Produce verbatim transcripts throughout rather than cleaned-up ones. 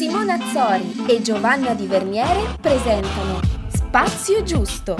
Simona Azzori e Giovanna Di Verniere presentano Spazio Giusto.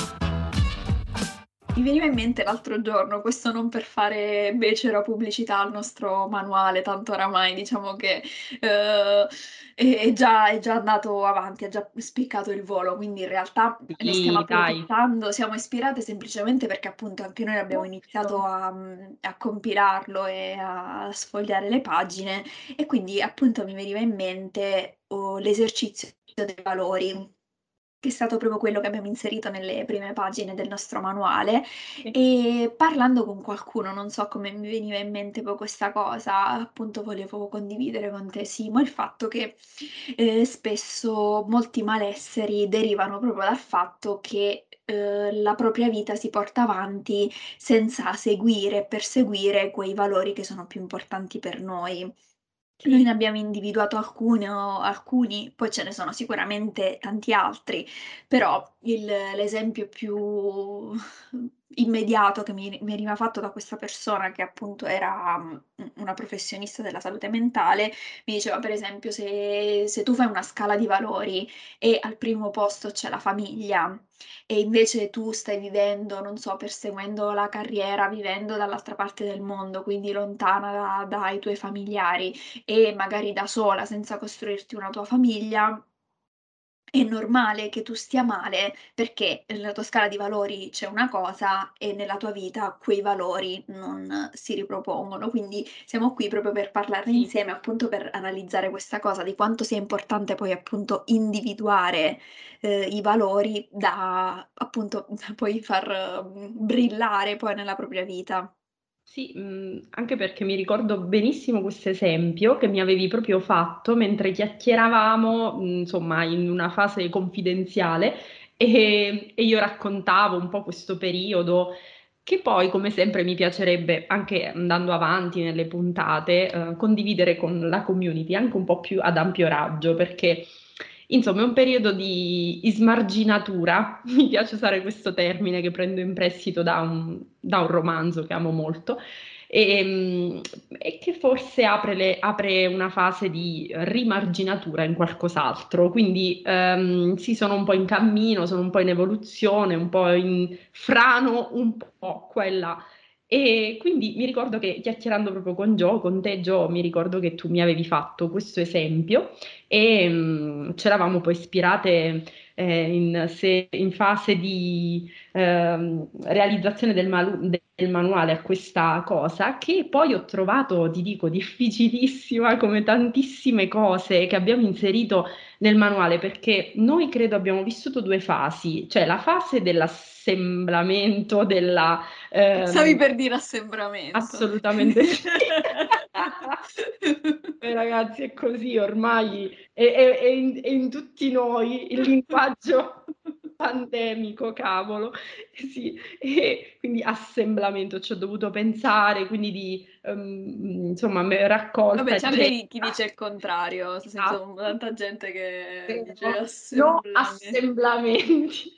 Mi veniva in mente l'altro giorno, questo non per fare becera pubblicità al nostro manuale, tanto oramai diciamo che eh, è, è già, è già andato avanti, ha già spiccato il volo, quindi in realtà ne stiamo Sì, dai. approfittando, siamo ispirate semplicemente perché appunto anche noi abbiamo iniziato Giusto. a, a compilarlo e a sfogliare le pagine e quindi appunto mi veniva in mente oh, l'esercizio dei valori, che è stato proprio quello che abbiamo inserito nelle prime pagine del nostro manuale. Sì. E parlando con qualcuno, non so come mi veniva in mente poi questa cosa, appunto volevo condividere con te, Simo, il fatto che eh, spesso molti malesseri derivano proprio dal fatto che eh, la propria vita si porta avanti senza seguire e perseguire quei valori che sono più importanti per noi. Noi Sì. ne abbiamo individuato alcuno alcuni, poi ce ne sono sicuramente tanti altri, però il l'esempio più immediato che mi mi veniva fatto da questa persona che appunto era, mhmm, u una professionista della salute mentale, mi diceva per esempio: "Se se tu fai una scala di valori e al primo posto c'è la famiglia e invece tu stai vivendo, non so, perseguendo la carriera, vivendo dall'altra parte del mondo, quindi lontana da dai tuoi familiari, e magari da sola senza costruirti una tua famiglia, è normale che tu stia male perché nella tua scala di valori c'è una cosa e nella tua vita quei valori non si ripropongono. Quindi siamo qui proprio per parlarne Sì. insieme, appunto per analizzare questa cosa, di quanto sia importante poi appunto individuare, ehm, i valori da appunto poi far, mhmm, brillare poi nella propria vita. Sì, mhmm, anche perché mi ricordo benissimo questo esempio che mi avevi proprio fatto mentre chiacchieravamo, mhmm, insomma in una fase confidenziale, ehm, e io raccontavo un po' questo periodo, che poi come sempre mi piacerebbe, anche andando avanti nelle puntate, uhm, condividere con la community anche un po' più ad ampio raggio, perché insomma è un periodo di ismarginatura, mi piace usare questo termine che prendo in prestito da un da un romanzo che amo molto, ehm, e che forse apre le apre una fase di rimarginatura in qualcos'altro. Quindi, ehm, sì, sono un po' in cammino, sono un po' in evoluzione, un po' in frano un po' qua e là. E quindi mi ricordo che chiacchierando proprio con Gio, con te Gio, mi ricordo che tu mi avevi fatto questo esempio e, mhmm, c'eravamo poi ispirate, ehm, in se in fase di, ehm, realizzazione del malu del manuale a questa cosa, che poi ho trovato, ti dico, difficilissima come tantissime cose che abbiamo inserito nel manuale, perché noi credo abbiamo vissuto due fasi, cioè la fase dell'assemblamento, della, Stavi ehm per dire assembramento. assolutamente sì. Eh ragazzi è così ormai, è è è in è in tutti noi il linguaggio pandemico, cavolo. Sì, e quindi assemblamento, ci ho dovuto pensare, quindi di, uhm, insomma me Vabbè, raccolta c'è anche eccetera. chi chi dice il contrario, s sento Esatto. tanta gente che dice Vero, no assemblame. assemblamenti.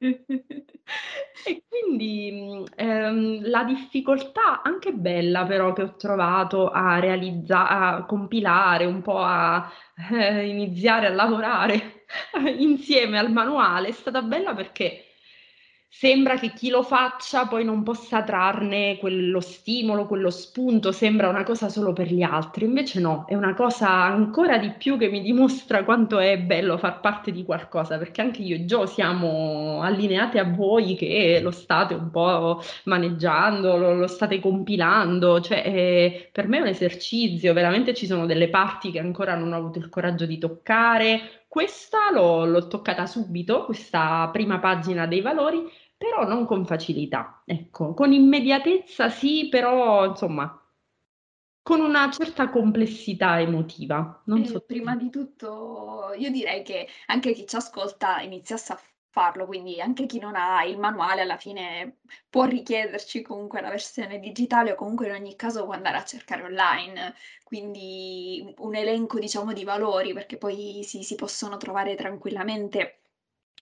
E quindi, mhmm, ehm, la difficoltà anche bella però che ho trovato a realizza a compilare, un po' a, eh, iniziare a lavorare insieme al manuale, è stata bella perché sembra che chi lo faccia poi non possa trarne quello stimolo, quello spunto, sembra una cosa solo per gli altri, invece no, è una cosa ancora di più che mi dimostra quanto è bello far parte di qualcosa, perché anche io e Gio siamo allineate a voi che lo state un po' maneggiando, lo lo state compilando, cioè, ehm, per me è un esercizio, veramente ci sono delle parti che ancora non ho avuto il coraggio di toccare. Questa l'ho l'ho toccata subito, questa prima pagina dei valori, però non con facilità, ecco. Con immediatezza sì, però insomma con una certa complessità emotiva, non Eh, so prima tu. di tutto io direi che anche chi ci ascolta iniziasse a farlo, quindi anche chi non ha il manuale alla fine può richiederci comunque la versione digitale o comunque in ogni caso può andare a cercare online. Quindi un un elenco diciamo di valori, perché poi si si possono trovare tranquillamente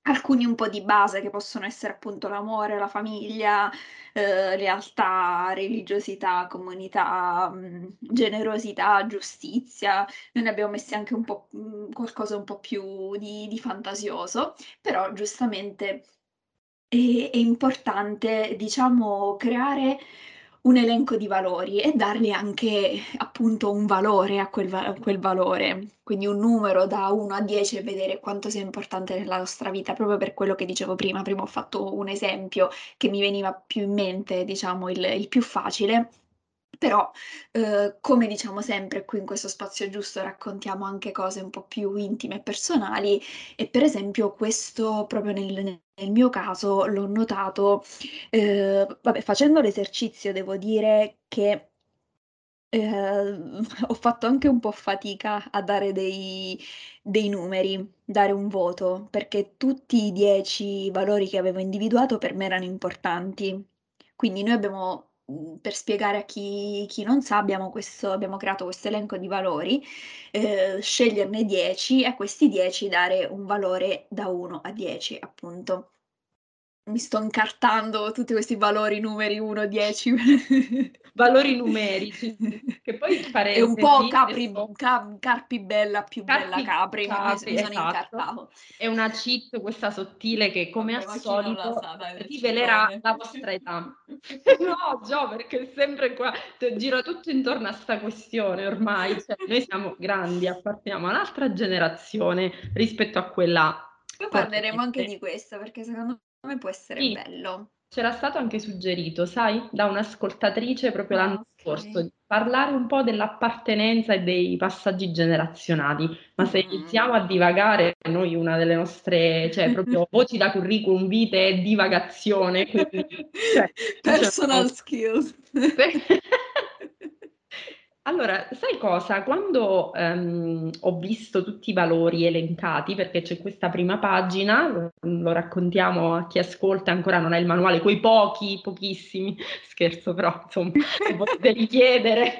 alcuni un po' di base che possono essere appunto l'amore, la famiglia, ehm, lealtà, religiosità, comunità, mhmm, generosità, giustizia. Noi ne abbiamo messi anche un po', mhmm, qualcosa un po' più di di fantasioso, però giustamente è è importante, diciamo, creare un elenco di valori e dargli anche, appunto, un valore a quel va a quel valore. Quindi un numero da uno a dieci e vedere quanto sia importante nella nostra vita, proprio per quello che dicevo prima. Prima ho fatto un esempio che mi veniva più in mente, diciamo, il il più facile, però, uhm, come diciamo sempre qui in questo spazio giusto, raccontiamo anche cose un po' più intime e personali e per esempio questo proprio nel nel mio caso l'ho notato, uhm, vabbè facendo l'esercizio devo dire che, ehm, ho fatto anche un po' fatica a dare dei dei numeri, dare un voto, perché tutti i dieci valori che avevo individuato per me erano importanti. Quindi noi abbiamo mhmm, per spiegare a chi chi non sa, abbiamo questo abbiamo creato questo elenco di valori, ehm, sceglierne dieci e a questi dieci dare un valore da uno a dieci appunto. Mi sto incartando tutti questi valori, numeri uno, dieci. Valori numerici, che poi È un po' parentesi, Capri adesso ca Carpi bella, più bella Carpi Capri, mi mi s Capri, mi sono esatto. incartato. È una cheat questa sottile che come al Vabbè, ma chi non la solito sa dai del rivelerà cheatone. la vostra età. No, Gio, perché è sempre qua, t gira tutto intorno a 'sta questione ormai, cioè noi siamo grandi, apparteniamo a un'altra generazione rispetto a quella Poi parleremo anche corrente. di questo, perché secondo me può essere Sì, bello. c'era stato anche suggerito, sai, da un'ascoltatrice proprio l'anno Ah, scorso, okay. di parlare un po' dell'appartenenza e dei passaggi generazionali, ma se Mh. iniziamo a divagare, noi una delle nostre, cioè proprio voci da curriculum vitae è divagazione, quindi cioè non ce la Personal facciamo skills. pe Allora, sai cosa? Quando, ehm, ho visto tutti i valori elencati, perché c'è questa prima pagina, lo lo raccontiamo a chi ascolta, ancora non ha il manuale, quei pochi, pochissimi, scherzo però insomma lo potete richiedere.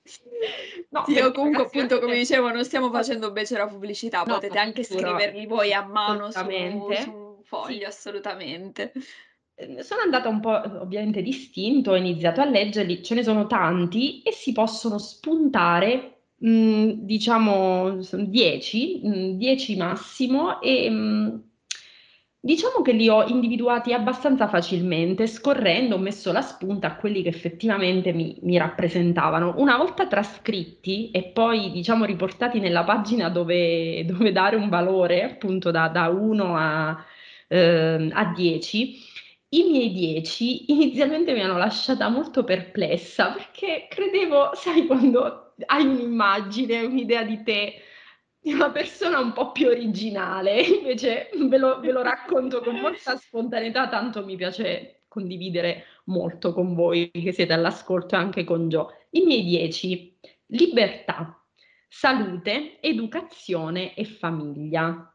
No, Sì, o perché comunque ragazzi appunto come veramente dicevo non stiamo facendo becera pubblicità, no, potete anche sicuro, scriverli voi a mano su su assolutamente. un Sì. foglio, assolutamente. Ehm, sono andata un po', uhm, ovviamente d'istinto, ho iniziato a leggerli, ce ne sono tanti e si possono spuntare, mhmm, diciamo son dieci, mhmm, dieci massimo, ehm, diciamo che li ho individuati abbastanza facilmente. Scorrendo ho messo la spunta a quelli che effettivamente mi mi rappresentavano. Una volta trascritti e poi diciamo riportati nella pagina dove dove dare un valore, appunto da da uno a uhm, a dieci, i miei dieci inizialmente mi hanno lasciata molto perplessa, perché credevo sai quando hai un'immagine, un'idea di te, di una persona un po' più originale, invece ve lo ve lo racconto con molta spontaneità, tanto mi piace condividere molto con voi che siete all'ascolto e anche con Gio. I miei dieci: libertà, salute, educazione e famiglia.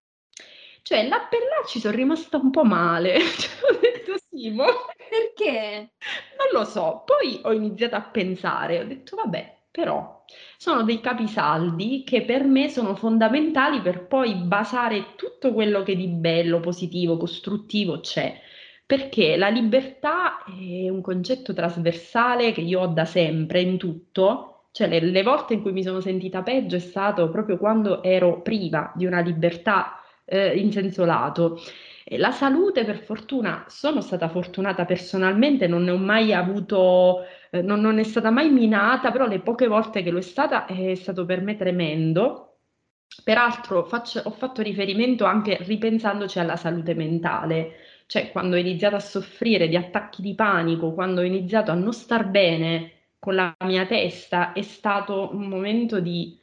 Cioè là per là ci son rimasta un po' male, cioè ho detto: "Simo" Perché? non lo so. Poi ho iniziato a pensare, ho detto: "Vabbè, però sono dei capisaldi che per me sono fondamentali per poi basare tutto quello che di bello, positivo, costruttivo c'è." Perché la libertà è un concetto trasversale che io ho da sempre in tutto, cioè le le volte in cui mi sono sentita peggio è stato proprio quando ero priva di una libertà, ehm, in senso lato. E la salute per fortuna sono stata fortunata personalmente, non ne ho mai avuto ehm, non non è stata mai minata, però le poche volte che lo è stata è stato per me tremendo. Peraltro faccio ho fatto riferimento anche ripensandoci alla salute mentale, cioè quando ho iniziato a soffrire di attacchi di panico, quando ho iniziato a non star bene con la mia testa, è stato un momento di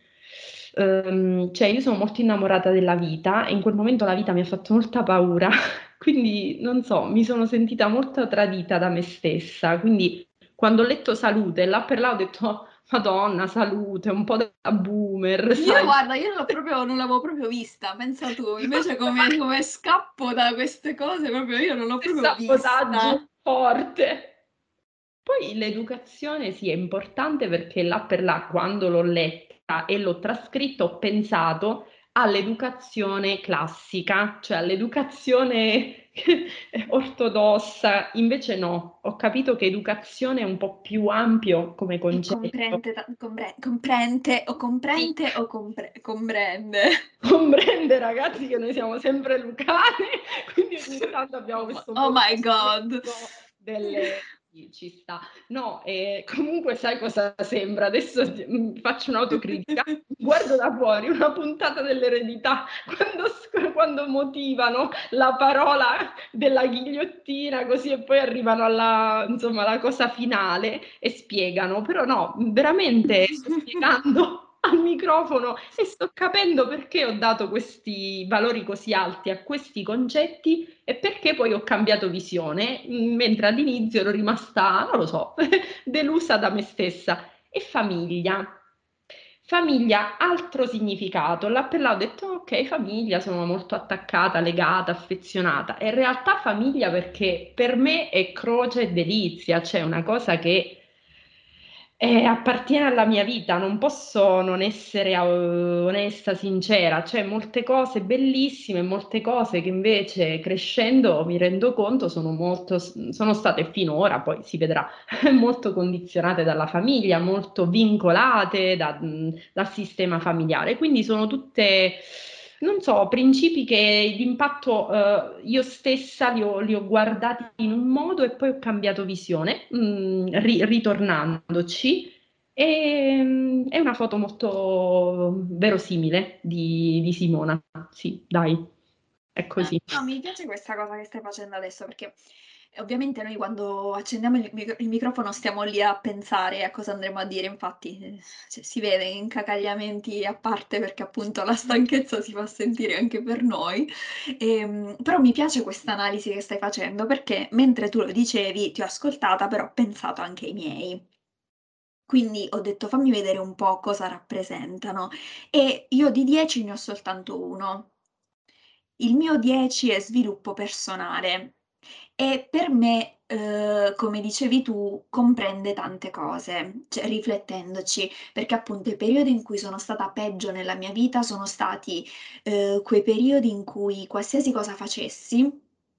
uhm, cioè io sono molto innamorata della vita e in quel momento la vita mi ha fatto molta paura, quindi non so, mi sono sentita molto tradita da me stessa. Quindi quando ho letto salute, là per là ho detto: "Madonna, salute, un po' da boomer", Io sai. guarda, io non l'ho proprio non l'avevo proprio vista, pensa tu. Invece come come scappo da queste cose proprio io non l'ho proprio Sabotaggi vista. forte. Poi l'educazione sì, è importante perché là per là, quando l'ho letta e l'ho trascritta, ho pensato all'educazione classica, cioè all'educazione ortodossa. Invece no, ho capito che educazione è un po' più ampio come E concetto. comprende ta compre comprende o Sì. comprende o compre comprende. Comprende ragazzi che noi siamo sempre lucane, quindi ogni tanto abbiamo Oh my questo oh modo my God. delle sì, ci sta. No, ehm, comunque sai cosa sembra? Adesso t mhmm, faccio un'autocritica. Guardo da fuori una puntata dell'Eredità quando sc quando motivano la parola della ghigliottina così e poi arrivano alla insomma, alla cosa finale e spiegano. Però no, veramente sto spiegando al microfono e sto capendo perché ho dato questi valori così alti a questi concetti e perché poi ho cambiato visione, mhmm, mentre all'inizio ero rimasta, non lo so, delusa da me stessa. E famiglia. Famiglia, altro significato. Là per là ho detto: "Okay, famiglia, sono molto attaccata, legata, affezionata". E in realtà famiglia perché per me è croce e delizia, cioè una cosa che eh, appartiene alla mia vita, non posso non essere a uhm, onesta, sincera. C'è molte cose bellissime, molte cose che invece crescendo mi rendo conto sono molto s sono state finora, poi si vedrà, molto condizionate dalla famiglia, molto vincolate da mhmm, dal sistema familiare. Quindi sono tutte, non so, principi che d'impatto, uhm, io stessa li ho li ho guardati in un modo e poi ho cambiato visione, mhmm, ri ritornandoci. Ehm, è una foto molto verosimile di di Simona. Sì, dai, è Eh, così. no, mi piace questa cosa che stai facendo adesso perché, ehm, ovviamente noi quando accendiamo il micro il microfono stiamo lì a pensare a cosa andremo a dire, infatti, ehm, cioè si vede incacagliamenti a parte perché appunto la stanchezza si fa sentire anche per noi. Ehm, però mi piace questa analisi che stai facendo perché mentre tu lo dicevi ti ho ascoltata, però ho pensato anche ai miei. Quindi ho detto: "Fammi vedere un po' cosa rappresentano." E io di dieci ne ho soltanto uno. Il mio dieci è sviluppo personale e per me, uhm, come dicevi tu, comprende tante cose, cioè riflettendoci, perché appunto i periodi in cui sono stata peggio nella mia vita sono stati, uhm, quei periodi in cui qualsiasi cosa facessi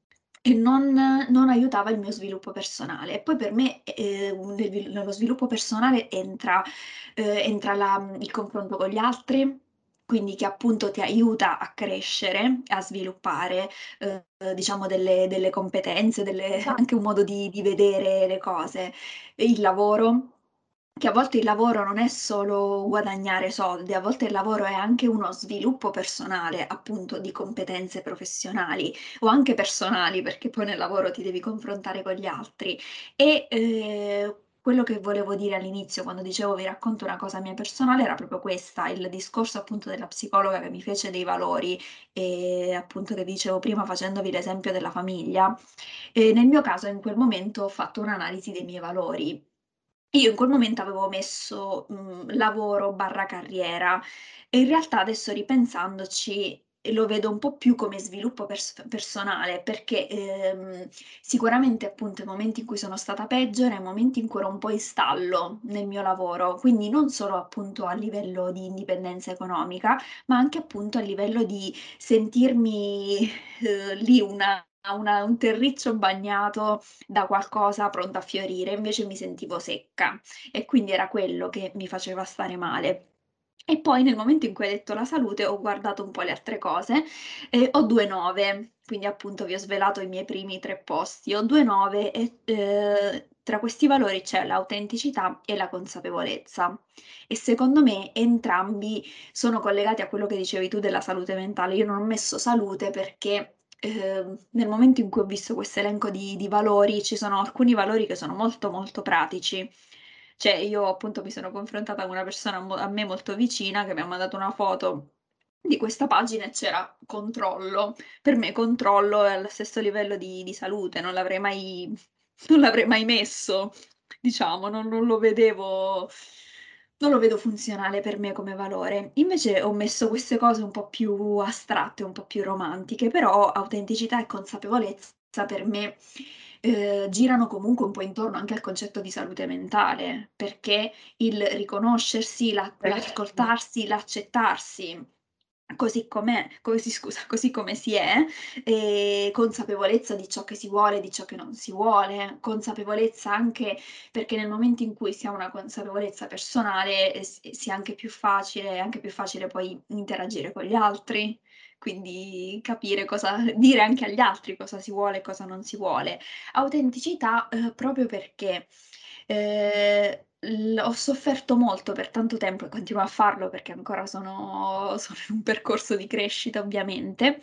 e non non aiutava il mio sviluppo personale. E poi per me, ehm, nel vil nello sviluppo personale entra uhm, entra la mhmm, il confronto con gli altri, quindi che appunto ti aiuta a crescere, a sviluppare, uhm, diciamo delle delle competenze, delle Esa anche un modo di di vedere le cose. E il lavoro, che a volte il lavoro non è solo guadagnare soldi, a volte il lavoro è anche uno sviluppo personale, appunto, di competenze professionali o anche personali, perché poi nel lavoro ti devi confrontare con gli altri. E, ehm, quello che volevo dire all'inizio, quando dicevo vi racconto una cosa mia personale, era proprio questa, il discorso appunto della psicologa che mi fece dei valori, ehm, appunto che dicevo prima facendovi l'esempio della famiglia. E nel mio caso in quel momento ho fatto un'analisi dei miei valori. Io in quel momento avevo messo, mhmm, lavoro barra carriera e in realtà adesso ripensandoci lo vedo un po' più come sviluppo pers personale perché, ehm, sicuramente appunto i momenti in cui sono stata peggio erano i momenti in cui ero un po' in stallo nel mio lavoro, quindi non solo appunto a livello di indipendenza economica, ma anche appunto a livello di sentirmi, uhm, lì una una un terriccio bagnato da qualcosa pronta a fiorire, invece mi sentivo secca e quindi era quello che mi faceva stare male. E poi nel momento in cui hai detto la salute ho guardato un po' le altre cose e ho due nove, quindi appunto vi ho svelato i miei primi tre posti. Ho due nove e, ehm, tra questi valori c'è l'autenticità e la consapevolezza e secondo me entrambi sono collegati a quello che dicevi tu della salute mentale. Io non ho messo salute perché, ehm, nel momento in cui ho visto questo elenco di di valori, ci sono alcuni valori che sono molto, molto pratici. Cioè io appunto mi sono confrontata con una persona mo a me molto vicina che mi ha mandato una foto di questa pagina e c'era controllo. Per me controllo è allo stesso livello di di salute, non l'avrei mai non l'avrei mai messo, diciamo, non non lo vedevo non lo vedo funzionale per me come valore. Invece ho messo queste cose un po' più astratte, un po' più romantiche, però autenticità e consapevolezza per me, ehm, girano comunque un po' intorno anche al concetto di salute mentale, perché il riconoscersi, la certo. l'ascoltarsi, l'accettarsi così com'è, così scusa, così come si è, e consapevolezza di ciò che si vuole, di ciò che non si vuole, consapevolezza anche perché nel momento in cui si ha una consapevolezza personale, ehm, s sia anche più facile è anche più facile poi interagire con gli altri, quindi capire cosa dire anche agli altri cosa si vuole e cosa non si vuole. Autenticità, uhm, proprio perché, ehm, l ho sofferto molto per tanto tempo e continuo a farlo perché ancora sono sono in un percorso di crescita ovviamente,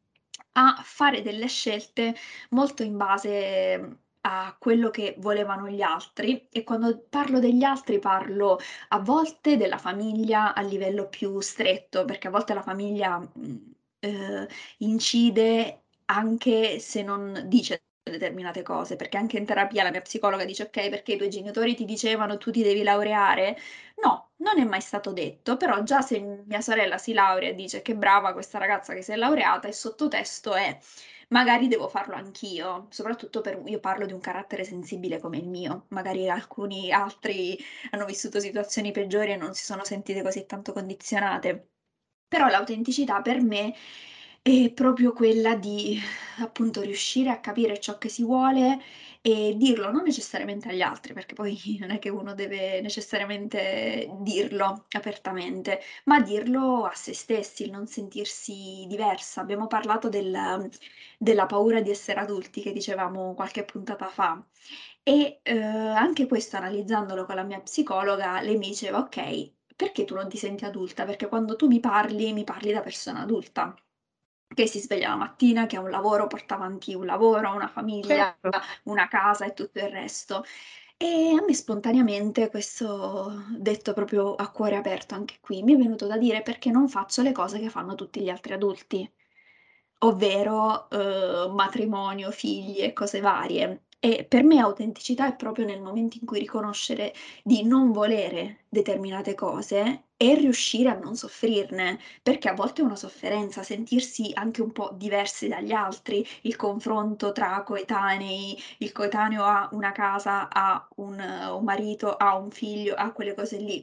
a fare delle scelte molto in base, mhmm, a quello che volevano gli altri e quando parlo degli altri parlo a volte della famiglia a livello più stretto, perché a volte la famiglia, mhmm, uhm, incide anche se non dice determinate cose, perché anche in terapia la mia psicologa dice: "Okay, perché i tuoi genitori ti dicevano tu ti devi laureare?" No, non è mai stato detto, però già se mia sorella si laurea e dice: "Che brava questa ragazza che si è laureata", il sottotesto è: magari devo farlo anch'io, soprattutto per un io parlo di un carattere sensibile come il mio, magari alcuni altri hanno vissuto situazioni peggiori e non si sono sentite così tanto condizionate. Però l'autenticità per me è proprio quella di, appunto, riuscire a capire ciò che si vuole e dirlo, non necessariamente agli altri, perché poi non è che uno deve necessariamente dirlo apertamente, ma dirlo a se stessi, il non sentirsi diversa. Abbiamo parlato del della paura di essere adulti che dicevamo qualche puntata fa e, uhm, anche questo analizzandolo con la mia psicologa, lei mi diceva: "Okay, perché tu non ti senti adulta? Perché quando tu mi parli, mi parli da persona adulta, che si sveglia la mattina, che ha un lavoro, porta avanti un lavoro, una famiglia, Certo. una casa e tutto il resto." E a me spontaneamente questo, detto proprio a cuore aperto anche qui, mi è venuto da dire: "Perché non faccio le cose che fanno tutti gli altri adulti?" Ovvero, uhm, matrimonio, figli e cose varie. E per me autenticità è proprio nel momento in cui riconoscere di non volere determinate cose e riuscire a non soffrirne, perché a volte è una sofferenza sentirsi anche un po' diversi dagli altri, il confronto tra coetanei, il coetaneo ha una casa, ha un un marito, ha un figlio, ha quelle cose lì.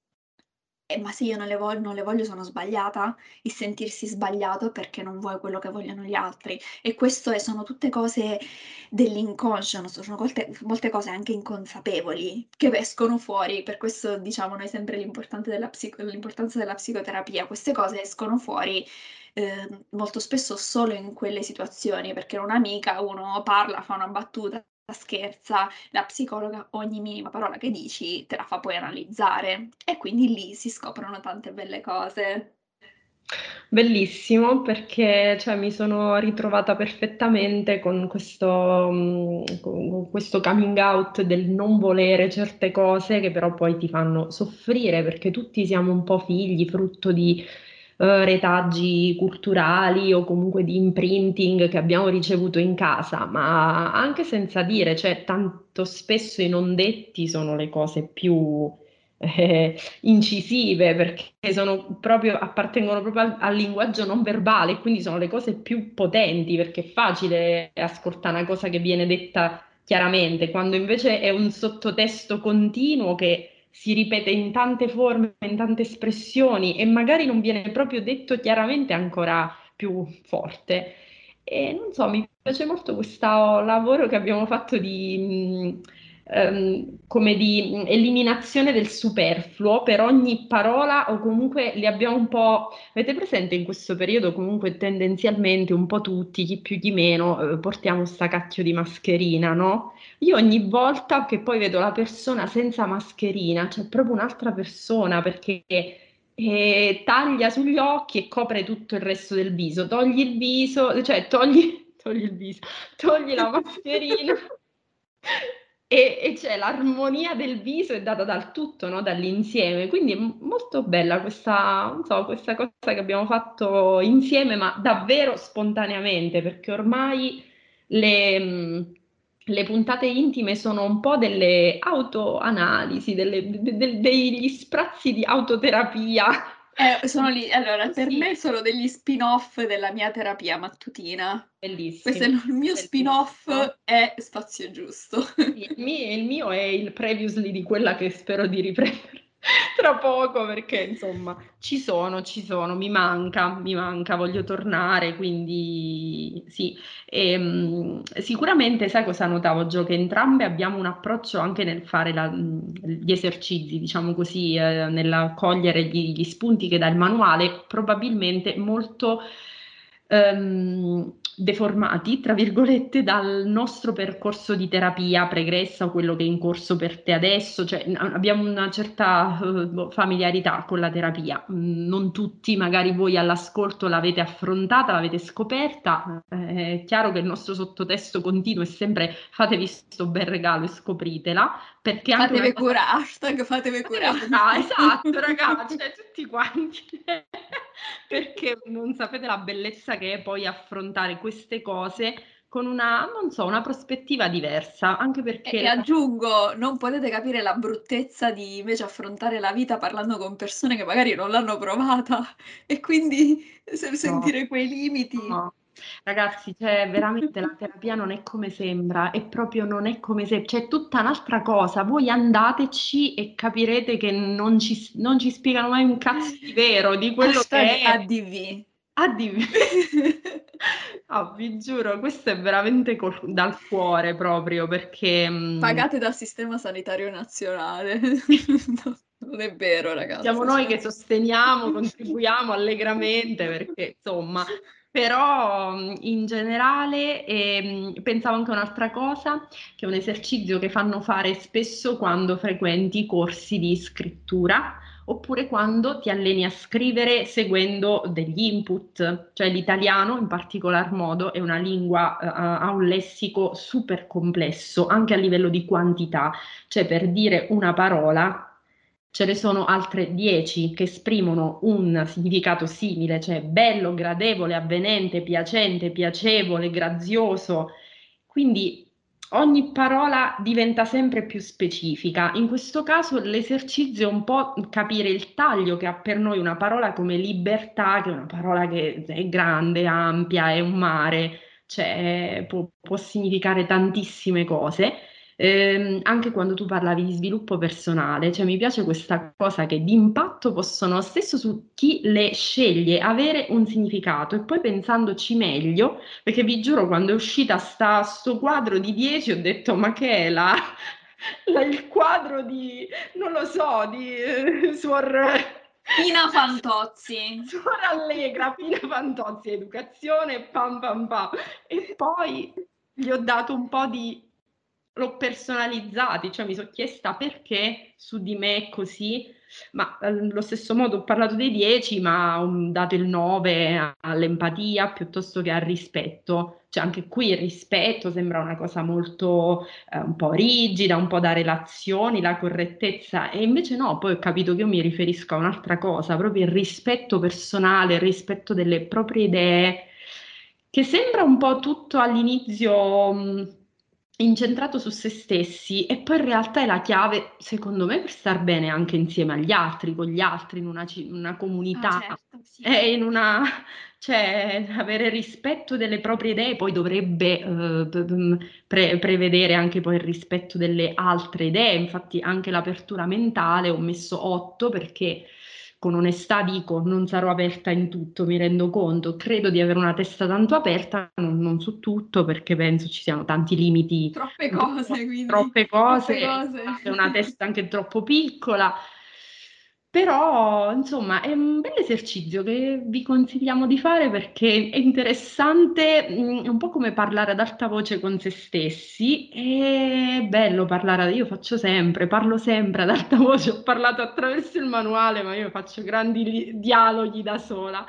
Eh, ma se io non le vo non le voglio sono sbagliata? Il sentirsi sbagliato perché non vuoi quello che vogliono gli altri. E questo è sono tutte cose dell'inconscio, no, so sono colte molte cose anche inconsapevoli che escono fuori. Per questo diciamo noi sempre l'importante della psico l'importanza della psicoterapia. Queste cose escono fuori, ehm, molto spesso solo in quelle situazioni, perché un'amica uno parla, fa una battuta, scherza, la psicologa ogni minima parola che dici te la fa poi analizzare e quindi lì si scoprono tante belle cose. Bellissimo perché, cioè, mi sono ritrovata perfettamente con questo mhmm, con con questo coming out del non volere certe cose che però poi ti fanno soffrire, perché tutti siamo un po' figli, frutto di, uhm, retaggi culturali o comunque di imprinting che abbiamo ricevuto in casa, ma anche senza dire, cioè tanto spesso i non detti sono le cose più, eh, incisive perché sono proprio appartengono proprio al al linguaggio non verbale e quindi sono le cose più potenti, perché è facile ascoltà una cosa che viene detta chiaramente, quando invece è un sottotesto continuo che si ripete in tante forme, in tante espressioni e magari non viene proprio detto chiaramente, è ancora più forte. E non so, mi piace molto questo lavoro che abbiamo fatto di, mhmm, ehm, come di, mhmm, eliminazione del superfluo per ogni parola o comunque li abbiamo un po' avete presente in questo periodo comunque tendenzialmente un po' tutti, chi più chi meno, uhm, portiamo 'sta cacchio di mascherina, no, io ogni volta che poi vedo la persona senza mascherina, cioè proprio un'altra persona perché, ehm, taglia sugli occhi e copre tutto il resto del viso, togli il viso cioè togli togli il viso, togli la mascherina e e c'è l'armonia del viso è data dal tutto, no, dall'insieme. Quindi è m molto bella questa non so, questa cosa che abbiamo fatto insieme, ma davvero spontaneamente, perché ormai le mhmm, le puntate intime sono un po' delle autoanalisi, delle d d del degli sprazzi di autoterapia. Eh, sono lì allora per Così. me sono degli spin-off della mia terapia mattutina. Questo è Bellissimo, il il mio spin-off bellissimo. è Spazio Giusto. Sì, il mi il mio è il previously di quella che spero di riprendere. tra poco perché insomma ci sono, ci sono, mi manca, mi manca, voglio tornare, quindi sì. Ehm, sicuramente sai cosa notavo, Gio? Che entrambe abbiamo un approccio anche nel fare la- gli esercizi, diciamo così, eh, nell'accogliere gli, gli spunti che dà il manuale, probabilmente molto ehm, deformati, tra virgolette, dal nostro percorso di terapia pregressa o quello che è in corso per te adesso, cioè n- abbiamo una certa eh, boh, familiarità con la terapia. Mm, Non tutti, magari voi all'ascolto l'avete affrontata, l'avete scoperta. Eh, È chiaro che il nostro sottotesto continuo è sempre fatevi sto bel regalo e scopritela, perché è anche una Fatevi cosa. cura, hashtag fatevi cura. Fatevi cura, esatto, ragazzi, cioè, tutti quanti. Perché non sapete la bellezza che è poi affrontare queste cose con una, non so, una prospettiva diversa, anche E, e perché la- aggiungo, non potete capire la bruttezza di invece affrontare la vita parlando con persone che magari non l'hanno provata e quindi se- no, sentire quei limiti. no. Ragazzi, cioè, veramente la terapia non è come sembra, è proprio non è come se c'è tutta un'altra cosa. Voi andateci e capirete che non ci, non ci spiegano mai un cazzo di vero di quello Hashtag che è. A D V. Ah, dimmi. Ah, vi giuro, questo è veramente col- dal cuore proprio perché mm, Pagate dal sistema sanitario nazionale. No, non è vero, siamo ragazze. noi che Cioè. sosteniamo, contribuiamo allegramente perché insomma, però mh, in generale ehm, pensavo anche a un'altra cosa, che è un esercizio che fanno fare spesso quando frequenti corsi di scrittura oppure quando ti alleni a scrivere seguendo degli input, cioè l'italiano in particolar modo è una lingua, eh, ha ha un lessico super complesso anche a livello di quantità, cioè per dire una parola ce ne sono altre dieci che esprimono un significato simile, cioè bello, gradevole, avvenente, piacente, piacevole, grazioso. Quindi ogni parola diventa sempre più specifica. In questo caso l'esercizio è un po' capire il taglio che ha per noi una parola come libertà, che è una parola che è grande, ampia, è un mare, cioè può, può significare tantissime cose. Ehm, anche quando tu parlavi di sviluppo personale, cioè mi piace questa cosa che di impatto possono, stesso su chi le sceglie, avere un significato e poi pensandoci meglio, perché vi giuro, quando è uscita sta, sto quadro di dieci ho detto, ma che è la, la- il quadro di, non lo so, di eh, Suor... Pina Fantozzi. Suor Allegra, Pina Fantozzi, educazione, pam pam pam. E poi gli ho dato un po' di. L'ho personalizzati, cioè mi sono chiesta perché su di me è così, ma allo stesso modo ho parlato dei dieci, ma ho dato il nove all'empatia piuttosto che al rispetto. Cioè anche qui il rispetto sembra una cosa molto eh, un po' rigida, un po' da relazioni, la correttezza, e invece no, poi ho capito che io mi riferisco a un'altra cosa, proprio il rispetto personale, il rispetto delle proprie idee, che sembra un po' tutto all'inizio mh, incentrato su se stessi e poi in realtà è la chiave, secondo me, per star bene anche insieme agli altri, con gli altri, in una, ci- in una Ah, comunità. certo, sì. E in una, cioè, avere rispetto delle proprie idee poi dovrebbe eh, p- p- pre- prevedere anche poi il rispetto delle altre idee. Infatti anche l'apertura mentale ho messo otto perché con onestà dico non sarò aperta in tutto, mi rendo conto. Credo di avere una testa tanto aperta, non, non su tutto perché penso ci siano tanti limiti, Troppe anche cose, quindi. troppe Troppe cose, cose. è una testa anche troppo piccola. Però, insomma, è un bel esercizio che vi consigliamo di fare perché è interessante, mh, è un po' come parlare ad alta voce con se stessi. È bello parlare, io faccio sempre, parlo sempre ad alta voce, ho parlato attraverso il manuale, ma io faccio grandi li- dialoghi da sola.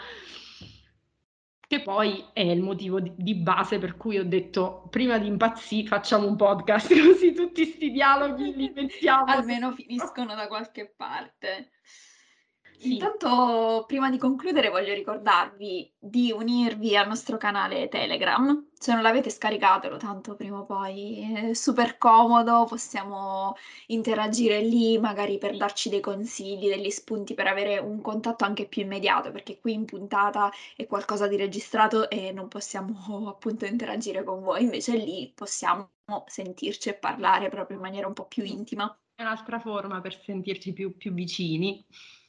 Che poi è il motivo di, di base per cui ho detto prima di impazzire facciamo un podcast, così tutti sti dialoghi li mettiamo Almeno dentro. finiscono da qualche parte. Sì. Intanto, prima di concludere, voglio ricordarvi di unirvi al nostro canale Telegram. Se non l'avete scaricatelo, tanto prima o poi è super comodo, possiamo interagire lì, magari per darci dei consigli, degli spunti per avere un contatto anche più immediato, perché qui in puntata è qualcosa di registrato e non possiamo appunto interagire con voi, invece lì possiamo sentirci e parlare proprio in maniera un po' più intima. un'altra forma per sentirci più più vicini.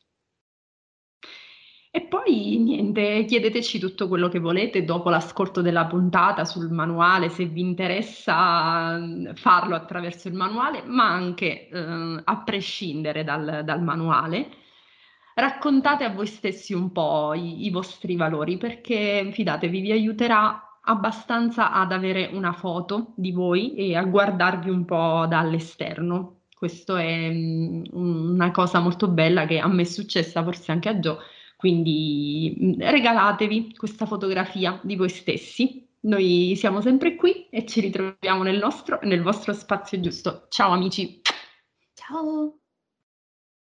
E poi niente, chiedeteci tutto quello che volete dopo l'ascolto della puntata sul manuale, se vi interessa mm, farlo attraverso il manuale, ma anche eh, a prescindere dal, dal manuale. Raccontate a voi stessi un po' i, i vostri valori, perché fidatevi, vi aiuterà abbastanza ad avere una foto di voi e a guardarvi un po' dall'esterno. Questo è mm, una cosa molto bella che a me è successa, forse anche a Gio, quindi mh, regalatevi questa fotografia di voi stessi. Noi siamo sempre qui e ci ritroviamo nel nostro, nel vostro spazio giusto. Ciao amici! Ciao!